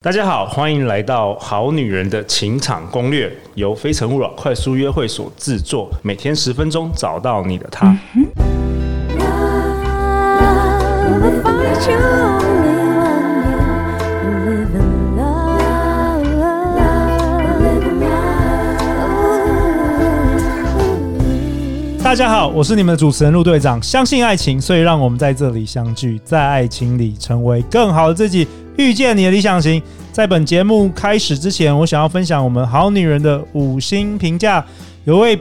大家好，欢迎来到好女人的情场攻略，由非诚勿扰快速约会所制作，每天10分钟，找到你的他。大家好，我是你们的主持人陆队长。相信爱情，所以让我们在这里相聚，在爱情里成为更好的自己，遇见你的理想型。在本节目开始之前，我想要分享我们好女人的5星评价。有位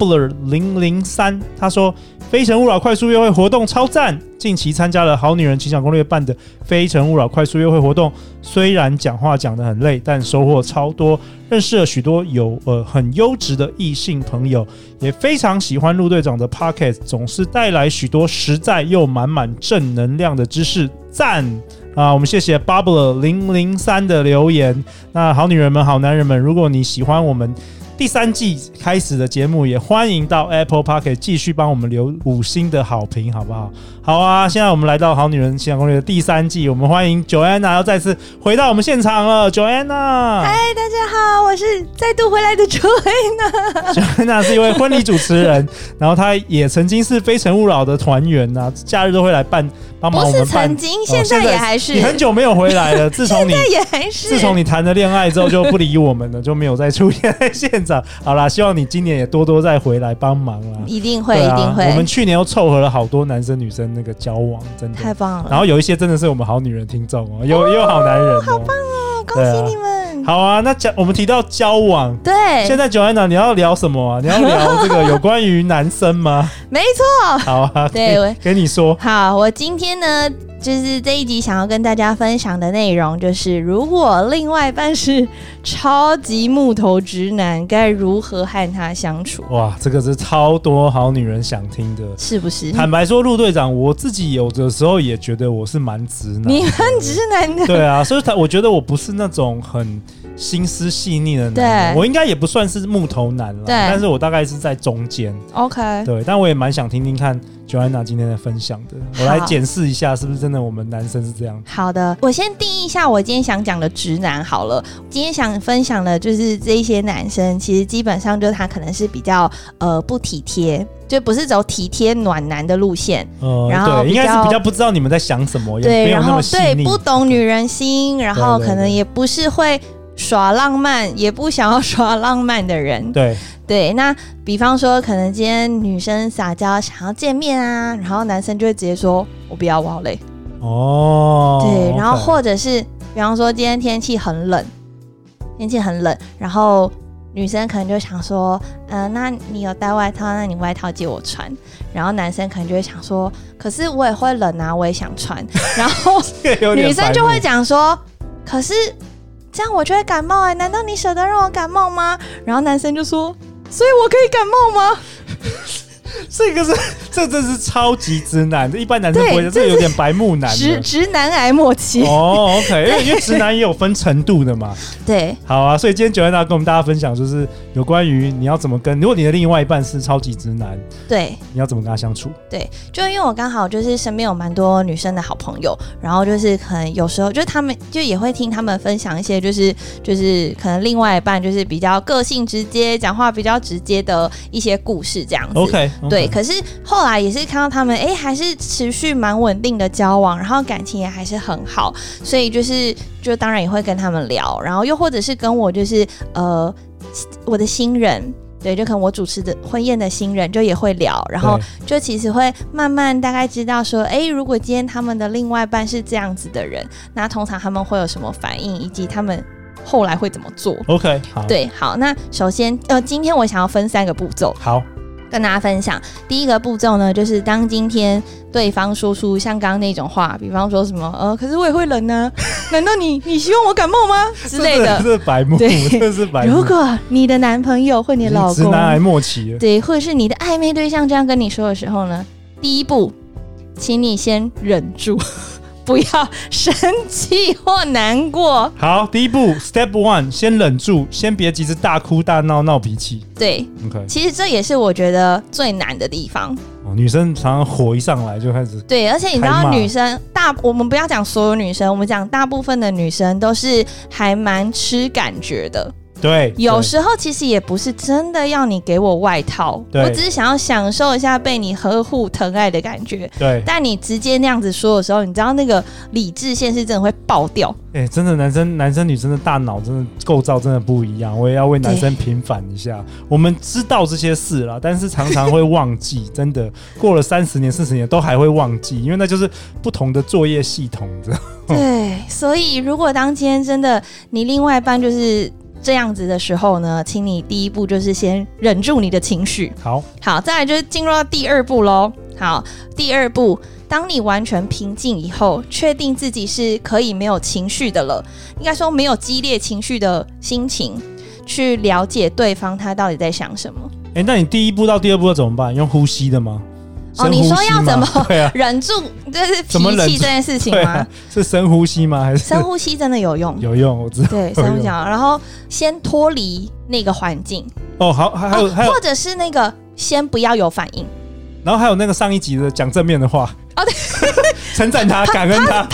Bubbler003 他说，非诚勿扰快速约会活动超赞，近期参加了好女人情场攻略办的非诚勿扰快速约会活动，虽然讲话讲得很累，但收获超多，认识了许多很优质的异性朋友，也非常喜欢陆队长的 Podcast， 总是带来许多实在又满满正能量的知识，赞啊！我们谢谢 Bubbler003 的留言。那好女人们、好男人们，如果你喜欢我们第3季开始的节目，也欢迎到 Apple Podcast 继续帮我们留5星的好评，好不好？好啊！现在我们来到好女人情场攻略的第3季，我们欢迎 Joanna 要再次回到我们现场了。Joanna， 嗨，大家好，我是再度回来的 Joanna。Joanna 是一位婚礼主持人，然后她也曾经是非诚勿扰的团员啊，假日都会来帮忙我们办。 不是曾经，现在也还是。 你很久没有回来了，自从你谈了恋爱之后就不理我们了，就没有再出现在现场。好啦，希望你今年也多多再回来帮忙啦。 一定会， 啊， 一定会。 我们去年又凑合了好多男生女生那个交往，真的太棒了。 然后有一些真的是我们好女人听众哦，也有好男人哦， 好棒哦，恭喜你们。 好啊，那我们提到交往， 对， 现在 Joanna 你要聊什么啊？你要聊这个有关于男生吗？ 没错。 好啊， 对， 给你说。 好，我今天呢，就是这一集想要跟大家分享的内容，就是如果另外一半是超级木头直男，该如何和他相处？ 哇，这个是超多好女人想听的， 是不是？ 坦白说，陆队长我自己有的时候也觉得我是蛮直男的。 你蛮直男的。 对啊，所以我觉得我不是那种很心思细腻的男人，我应该也不算是木头男了，但是我大概是在中间。 OK， 对，但我也蛮想听听看 Joanna 今天的分享的，我来检视一下是不是真的我们男生是这样。 好的，我先定义一下我今天想讲的直男好了。今天想分享的就是这一些男生，其实基本上就是他可能是比较不体贴，就不是走体贴暖男的路线，然后对，应该是比较不知道你们在想什么，也没有那么细腻， 对，不懂女人心，然后可能也不是会耍浪漫，也不想要耍浪漫的人。对，那比方说可能今天女生撒娇想要见面啊，然后男生就会直接说我不要，我好累。对，然后或者是比方说今天天气很冷，然后女生可能就想说那你有带外套，那你外套借我穿。然后男生可能就会想说，可是我也会冷啊，我也想穿。然后女生就会讲说，可是这样我就会感冒难道你舍得让我感冒吗？然后男生就说，所以我可以感冒吗？ 这真是超级直男，一般男生不会，这有点白目男直男癌末期。 OK， 因为直男也有分程度的嘛。 对， 好啊，所以今天 Joanna 跟我们大家分享，就是有关于你要怎么跟，如果你的另外一半是超级直男，对，你要怎么跟他相处？ 对，就因为我刚好就是身边有蛮多女生的好朋友，然后就是可能有时候就是他们就也会听他们分享一些就是可能另外一半就是比较个性直接，讲话比较直接的一些故事这样子。 OK， 对，可是后来也是看到他们还是持续蛮稳定的交往，然后感情也还是很好，所以就当然也会跟他们聊，然后又或者是跟我就是我的新人。对，就可能我主持的婚宴的新人就也会聊，然后就其实会慢慢大概知道说，如果今天他们的另外一半是这样子的人，那通常他们会有什么反应，以及他们后来会怎么做。 OK， 好， 对，好，那首先今天我想要分3个步骤。 好， 跟大家分享。第一个步骤呢，就是当今天对方说出像刚刚那种话，比方说什么可是我也会冷啊，难道你希望我感冒吗之类的， 这是白目，这是白目。 如果你的男朋友或你的老公， 直男癌末期了， 对，或者是你的暧昧对象这样跟你说的时候呢，第一步，请你先忍住， 不要生气或难过。 好，第一步 Step 1， 先忍住，先别急着大哭大闹闹脾气。 对 ，OK， 其实这也是我觉得最难的地方。 女生常常火一上来就开始， 对，而且你知道女生我们不要讲所有女生，我们讲大部分的女生都是还蛮吃感觉的。 对， 有时候其实也不是真的要你给我外套，我只是想要享受一下被你呵护疼爱的感觉。 对， 但你直接那样子说的时候，你知道那个理智线是真的会爆掉。 真的男生女生的大脑真的构造真的不一样，我也要为男生平反一下。我们知道这些事啦，但是常常会忘记，真的过了30年40年都还会忘记，因为那就是不同的作业系统，你知道吗？ 对，所以如果当今天真的你另外一半就是这样子的时候呢，请你第一步就是先忍住你的情绪。好，再来就是进入到第二步咯。好，第二步，当你完全平静以后，确定自己是可以没有情绪的了，应该说没有激烈情绪的心情，去了解对方他到底在想什么。 那你第一步到第二步要怎么办？用呼吸的吗？ 你说要怎么忍住就是脾气这件事情吗？ 是深呼吸吗？还是深呼吸真的有用？ 有用，我知道。 对，深呼吸，然后先脱离那个环境。 好，还有，或者是那个先不要有反应。 然后还有那个上一集的讲正面的话。 对， 称赞他，感恩他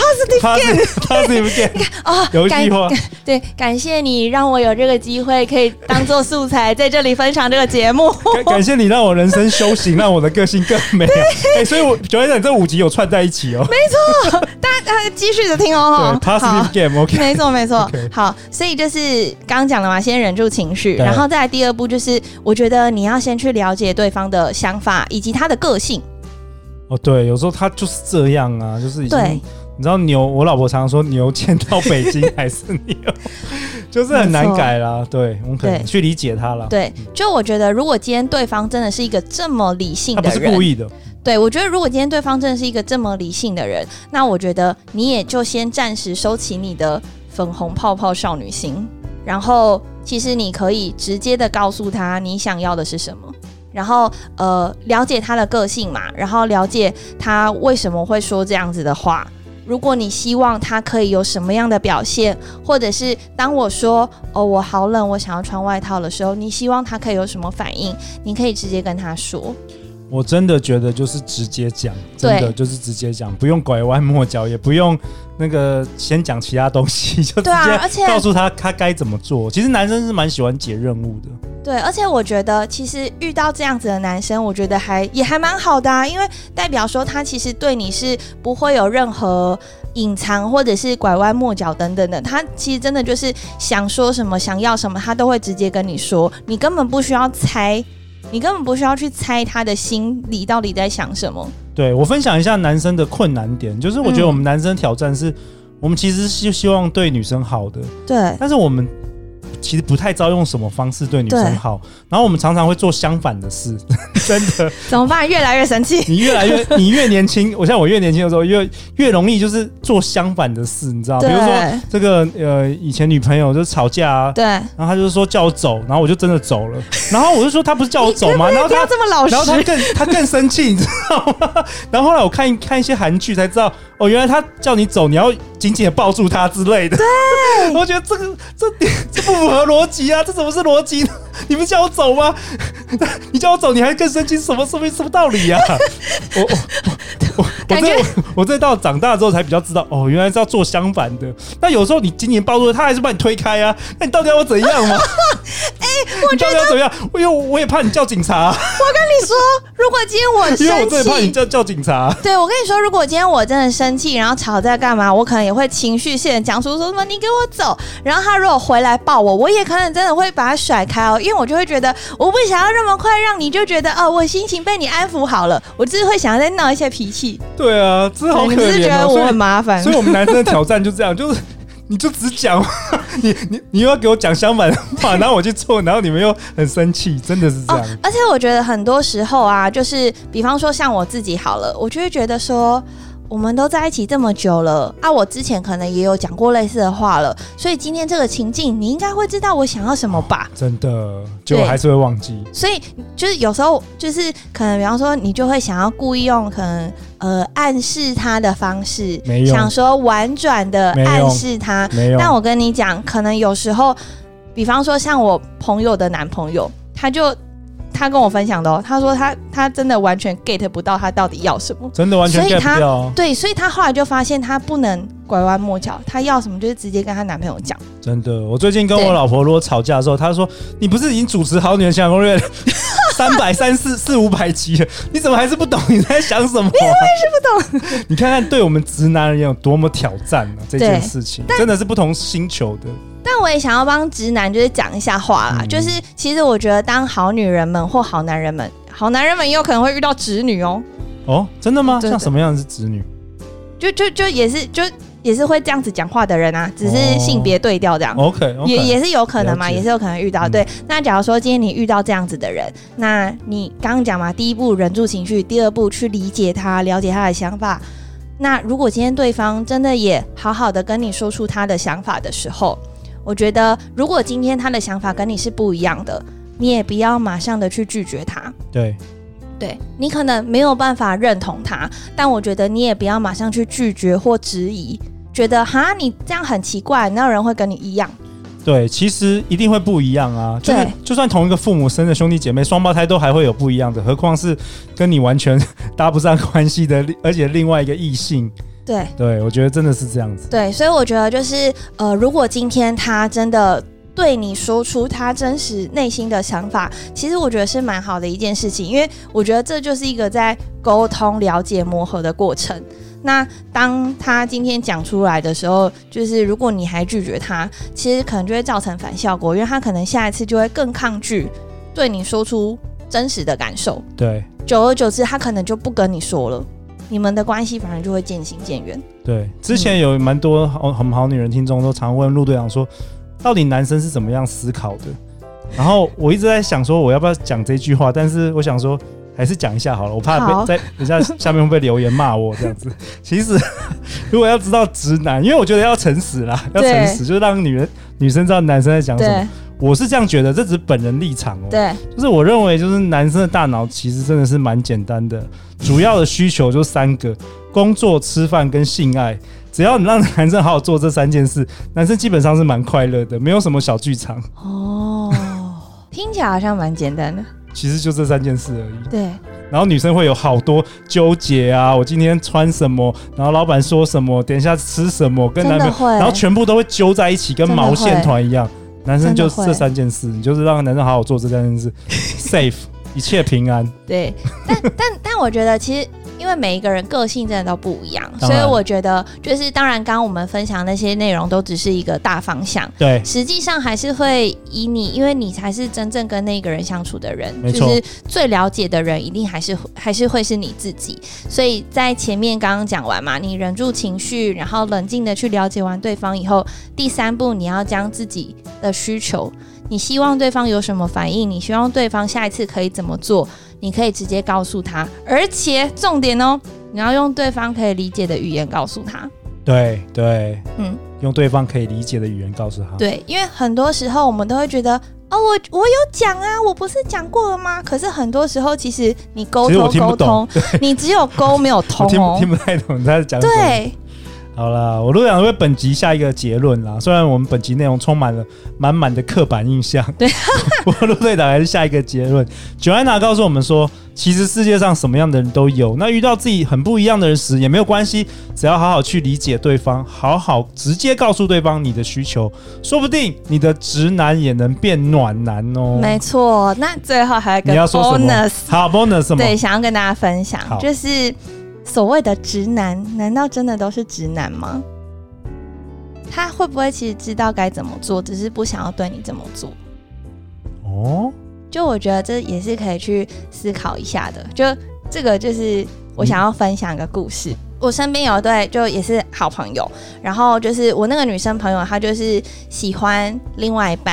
，positive gain。有一句话， 对，感谢你让我有这个机会可以当做素材，在这里分享这个节目。 感谢你让我人生修行，让我的个性更美好。所以我觉得这5集有串在一起哦。 没错，大家继续的听哦。 对 ，positive gain，OK， 没错。好，所以就是刚刚讲了嘛，先忍住情绪，然后再来第二步就是，我觉得你要先去了解对方的想法以及他的个性。 对，有时候他就是这样啊，就是已经，你知道牛，我老婆常常说牛迁到北京还是牛，就是很难改啦。对，我们可以去理解他啦。 对，就我觉得，如果今天对方真的是一个这么理性的人， 他不是故意的。 对，我觉得如果今天对方真的是一个这么理性的人，那我觉得你也就先暂时收起你的粉红泡泡少女心，然后其实你可以直接的告诉他你想要的是什么。然后了解他的个性嘛，然后了解他为什么会说这样子的话。如果你希望他可以有什么样的表现，或者是当我说我好冷，我想要穿外套的时候，你希望他可以有什么反应，你可以直接跟他说。 我真的觉得就是直接讲，真的就是直接讲，不用拐弯抹角，也不用那个先讲其他东西，就直接告诉他该怎么做。其实男生是蛮喜欢解任务的。 对，而且我觉得其实遇到这样子的男生，我觉得也还蛮好的啊，因为代表说他其实对你是不会有任何隐藏或者是拐弯抹角等等的，他其实真的就是想说什么想要什么他都会直接跟你说，你根本不需要猜，你根本不需要去猜他的心里到底在想什么。 对，我分享一下男生的困难点，就是我觉得我们男生挑战是，我们其实是希望对女生好的， 对， 但是我们其实不太知道用什么方式对女生好，然后我们常常会做相反的事，真的怎么办？越来越生气。 你越年轻，我越年轻的时候越容易就是做相反的事，你知道？比如说这个以前女朋友就吵架啊， 对， 然后他就说叫我走，然后我就真的走了，然后我就说他不是叫我走吗？然后他这么老实， 然后他更生气，你知道吗？然后后来我看一些韩剧才知道，原来他叫你走，你要紧紧的抱住他之类的。 对， 我觉得这不符合逻辑啊！这怎么是逻辑呢？你不是叫我走吗？你叫我走，你还更生气，什么道理啊？我这到长大之后才比较知道，原来是要做相反的。那有时候你紧紧抱住他，还是把你推开啊？那你到底要我怎样吗？ 我觉得你到底要怎么样？因为我也怕你叫警察。 我跟你说，如果今天我生气， 因为我真的怕你叫警察。 对，我跟你说，如果今天我真的生气，然后吵架干嘛，我可能也会情绪性的讲出说什么“你给我走”，然后他如果回来抱我，我也可能真的会把他甩开哦，因为我就会觉得我不想要那么快让你就觉得我心情被你安抚好了，我就是会想要再闹一些脾气。 对啊，这好可怜。 你是觉得我很麻烦， 所以我们男生的挑战就这样，就是你就只讲，你又要给我讲相反的话，然后我去做，然后你们又很生气，真的是这样。 而且我觉得很多时候啊，就是比方说像我自己好了，我就会觉得说， 我们都在一起这么久了啊，我之前可能也有讲过类似的话了，所以今天这个情境你应该会知道我想要什么吧？ 真的，就还是会忘记。 所以就是有时候就是可能比方说你就会想要故意用可能暗示他的方式，想说婉转的暗示他，但我跟你讲，可能有时候比方说像我朋友的男朋友，他跟我分享的哦，他说他真的完全 get 不到他到底要什么， 真的完全 get 不到。 对，所以他后来就发现他不能拐弯抹角，他要什么就是直接跟他男朋友讲。 真的，我最近跟我老婆如果吵架的时候，她说你不是已经主持《好女人情感攻略》300、400、500集了，你怎么还是不懂你在想什么？ 你怎么还是不懂？你看看对我们直男而言有多么挑战啊！这件事情真的是不同星球的。 但我也想要帮直男就是讲一下话啦，就是其实我觉得当好女人们或好男人们，好男人们也有可能会遇到直女哦。 哦，真的吗？像什么样的是直女？ 也是会这样子讲话的人啊，只是性别对调这样。 OK， 也是有可能嘛，也是有可能遇到。对，那假如说今天你遇到这样子的人，那你刚刚讲嘛，第一步忍住情绪，第二步去理解他，了解他的想法。那如果今天对方真的也好好的跟你说出他的想法的时候，我觉得如果今天他的想法跟你是不一样的，你也不要马上的去拒绝他。对，你可能没有办法认同他，但我觉得你也不要马上去拒绝或质疑，觉得哈你这样很奇怪，哪有人会跟你一样？ 对，其实一定会不一样啊，就算同一个父母生的兄弟姐妹，双胞胎都还会有不一样的，何况是跟你完全搭不上关系的，而且另外一个异性。对，我觉得真的是这样子。 对，所以我觉得就是如果今天他真的对你说出他真实内心的想法，其实我觉得是蛮好的一件事情，因为我觉得这就是一个在沟通、了解、磨合的过程。那当他今天讲出来的时候，就是如果你还拒绝他，其实可能就会造成反效果，因为他可能下一次就会更抗拒对你说出真实的感受。 对， 久而久之，他可能就不跟你说了，你们的关系反而就会渐行渐远。 对，之前有蛮多很好女人听众都常问陆队长说，到底男生是怎么样思考的？然后我一直在想说，我要不要讲这句话？但是我想说，还是讲一下好了，我怕等一下下面会被留言骂我这样子。其实如果要知道直男，因为我觉得要诚实啦，要诚实，就是让女生知道男生在讲什么。我是这样觉得，这只是本人立场哦。 对， 就是我认为，就是男生的大脑其实真的是蛮简单的，主要的需求就3个：工作、吃饭跟性爱。只要你让男生好好做这3件事，男生基本上是蛮快乐的，没有什么小剧场。 哦，听起来好像蛮简单的。 其实就这3件事而已。 对。 然后女生会有好多纠结啊，我今天穿什么，然后老板说什么，等一下吃什么，跟男朋友，然后全部都会揪在一起，跟毛线团一样。男生就这3件事，你就是让男生好好做这3件事，safe， 一切平安。 对，但我觉得其实因为每一个人个性真的都不一样，所以我觉得就是当然刚刚我们分享那些内容都只是一个大方向， 对， 实际上还是会以你，因为你才是真正跟那个人相处的人，就是最了解的人一定还是会是你自己。所以在前面刚刚讲完嘛，你忍住情绪，然后冷静的去了解完对方以后，第3步你要将自己的需求，你希望对方有什么反应，你希望对方下一次可以怎么做，你可以直接告诉他，而且重点哦，你要用对方可以理解的语言告诉他。 对，用对方可以理解的语言告诉他。 对，因为很多时候我们都会觉得，哦，我有讲啊，我不是讲过了吗？可是很多时候其实你沟通，你只有沟没有通哦， 我听不太懂你在讲什么。 对。 好啦，我陆队长为本集下一个结论啦。虽然我们本集内容充满了满满的刻板印象， 对， 不过陆队长还是下一个结论。Joanna 告诉我们说，其实世界上什么样的人都有，那遇到自己很不一样的人时也没有关系，只要好好去理解对方，好好直接告诉对方你的需求，说不定你的直男也能变暖男哦。 没错，那最后还有一个 bonus， 你要说什么？好 bonus 什么？ 对，想要跟大家分享，就是所谓的直男，难道真的都是直男吗？他会不会其实知道该怎么做，只是不想要对你这么做？ 哦， 就我觉得这也是可以去思考一下的。就这个就是我想要分享一个故事。我身边有一对就也是好朋友，然后就是我那个女生朋友，她就是喜欢另外一半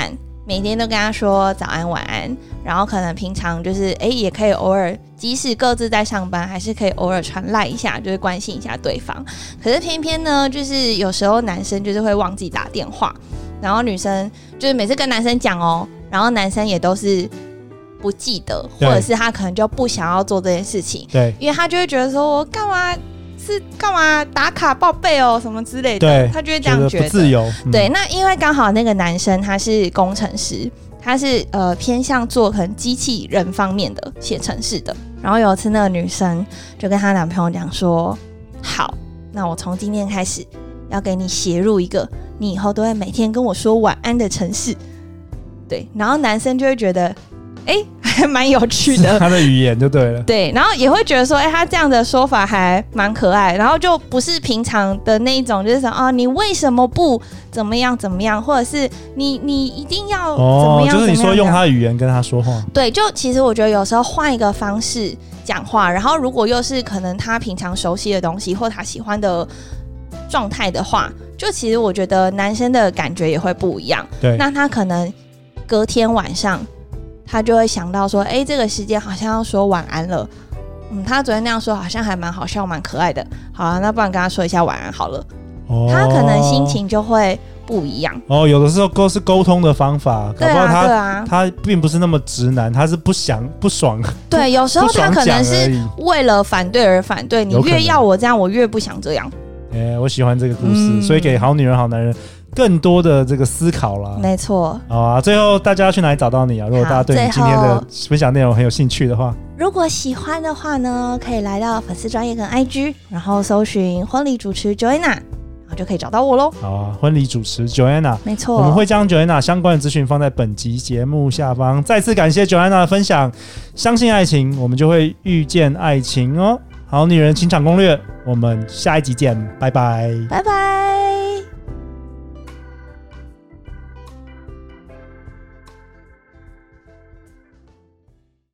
每天都跟他说早安晚安，然后可能平常就是也可以偶尔，即使各自在上班，还是可以偶尔传赖一下，就是关心一下对方。可是偏偏呢，就是有时候男生就是会忘记打电话，然后女生就是每次跟男生讲然后男生也都是不记得，或者是他可能就不想要做这件事情， 对， 因为他就会觉得说我干嘛打卡报备什么之类的，他就会这样觉得不自由。 对，那因为刚好那个男生他是工程师，他是偏向做可能机器人方面的写程式的。然后有一次那个女生就跟她男朋友讲说，好，那我从今天开始要给你写入一个你以后都会每天跟我说晚安的程式。对，然后男生就会觉得还蛮有趣的， 他的语言就对了。 对，然后也会觉得说，他这样的说法还蛮可爱，然后就不是平常的那一种，就是说你为什么不怎么样怎么样，或者是你一定要怎么样， 就是你说用他的语言跟他说话。 对，就其实我觉得有时候换一个方式讲话，然后如果又是可能他平常熟悉的东西或他喜欢的状态的话，就其实我觉得男生的感觉也会不一样。 对， 那他可能隔天晚上他就会想到说，这个时间好像要说晚安了。他昨天那样说好像还蛮好笑蛮可爱的，好了，那不然跟他说一下晚安好了。他可能心情就会不一样。 有的时候都是沟通的方法，搞不好他并不是那么直男，他是不爽。 对，有时候他可能是为了反对而反对，你越要我这样，我越不想这样。 我喜欢这个故事，所以给好女人好男人更多的这个思考啦。 没错。 好啊，最后大家要去哪里找到你啊？如果大家对你今天的分享内容很有兴趣的话， 如果喜欢的话呢，可以来到粉丝专页跟 IG， 然后搜寻婚礼主持 Joanna， 然后就可以找到我咯。 好啊，婚礼主持 Joanna， 没错， 我们会将 Joanna 相关的资讯放在本集节目下方。再次感谢 Joanna 的分享，相信爱情，我们就会遇见爱情哦。好女人情场攻略，我们下一集见，拜拜， 拜拜。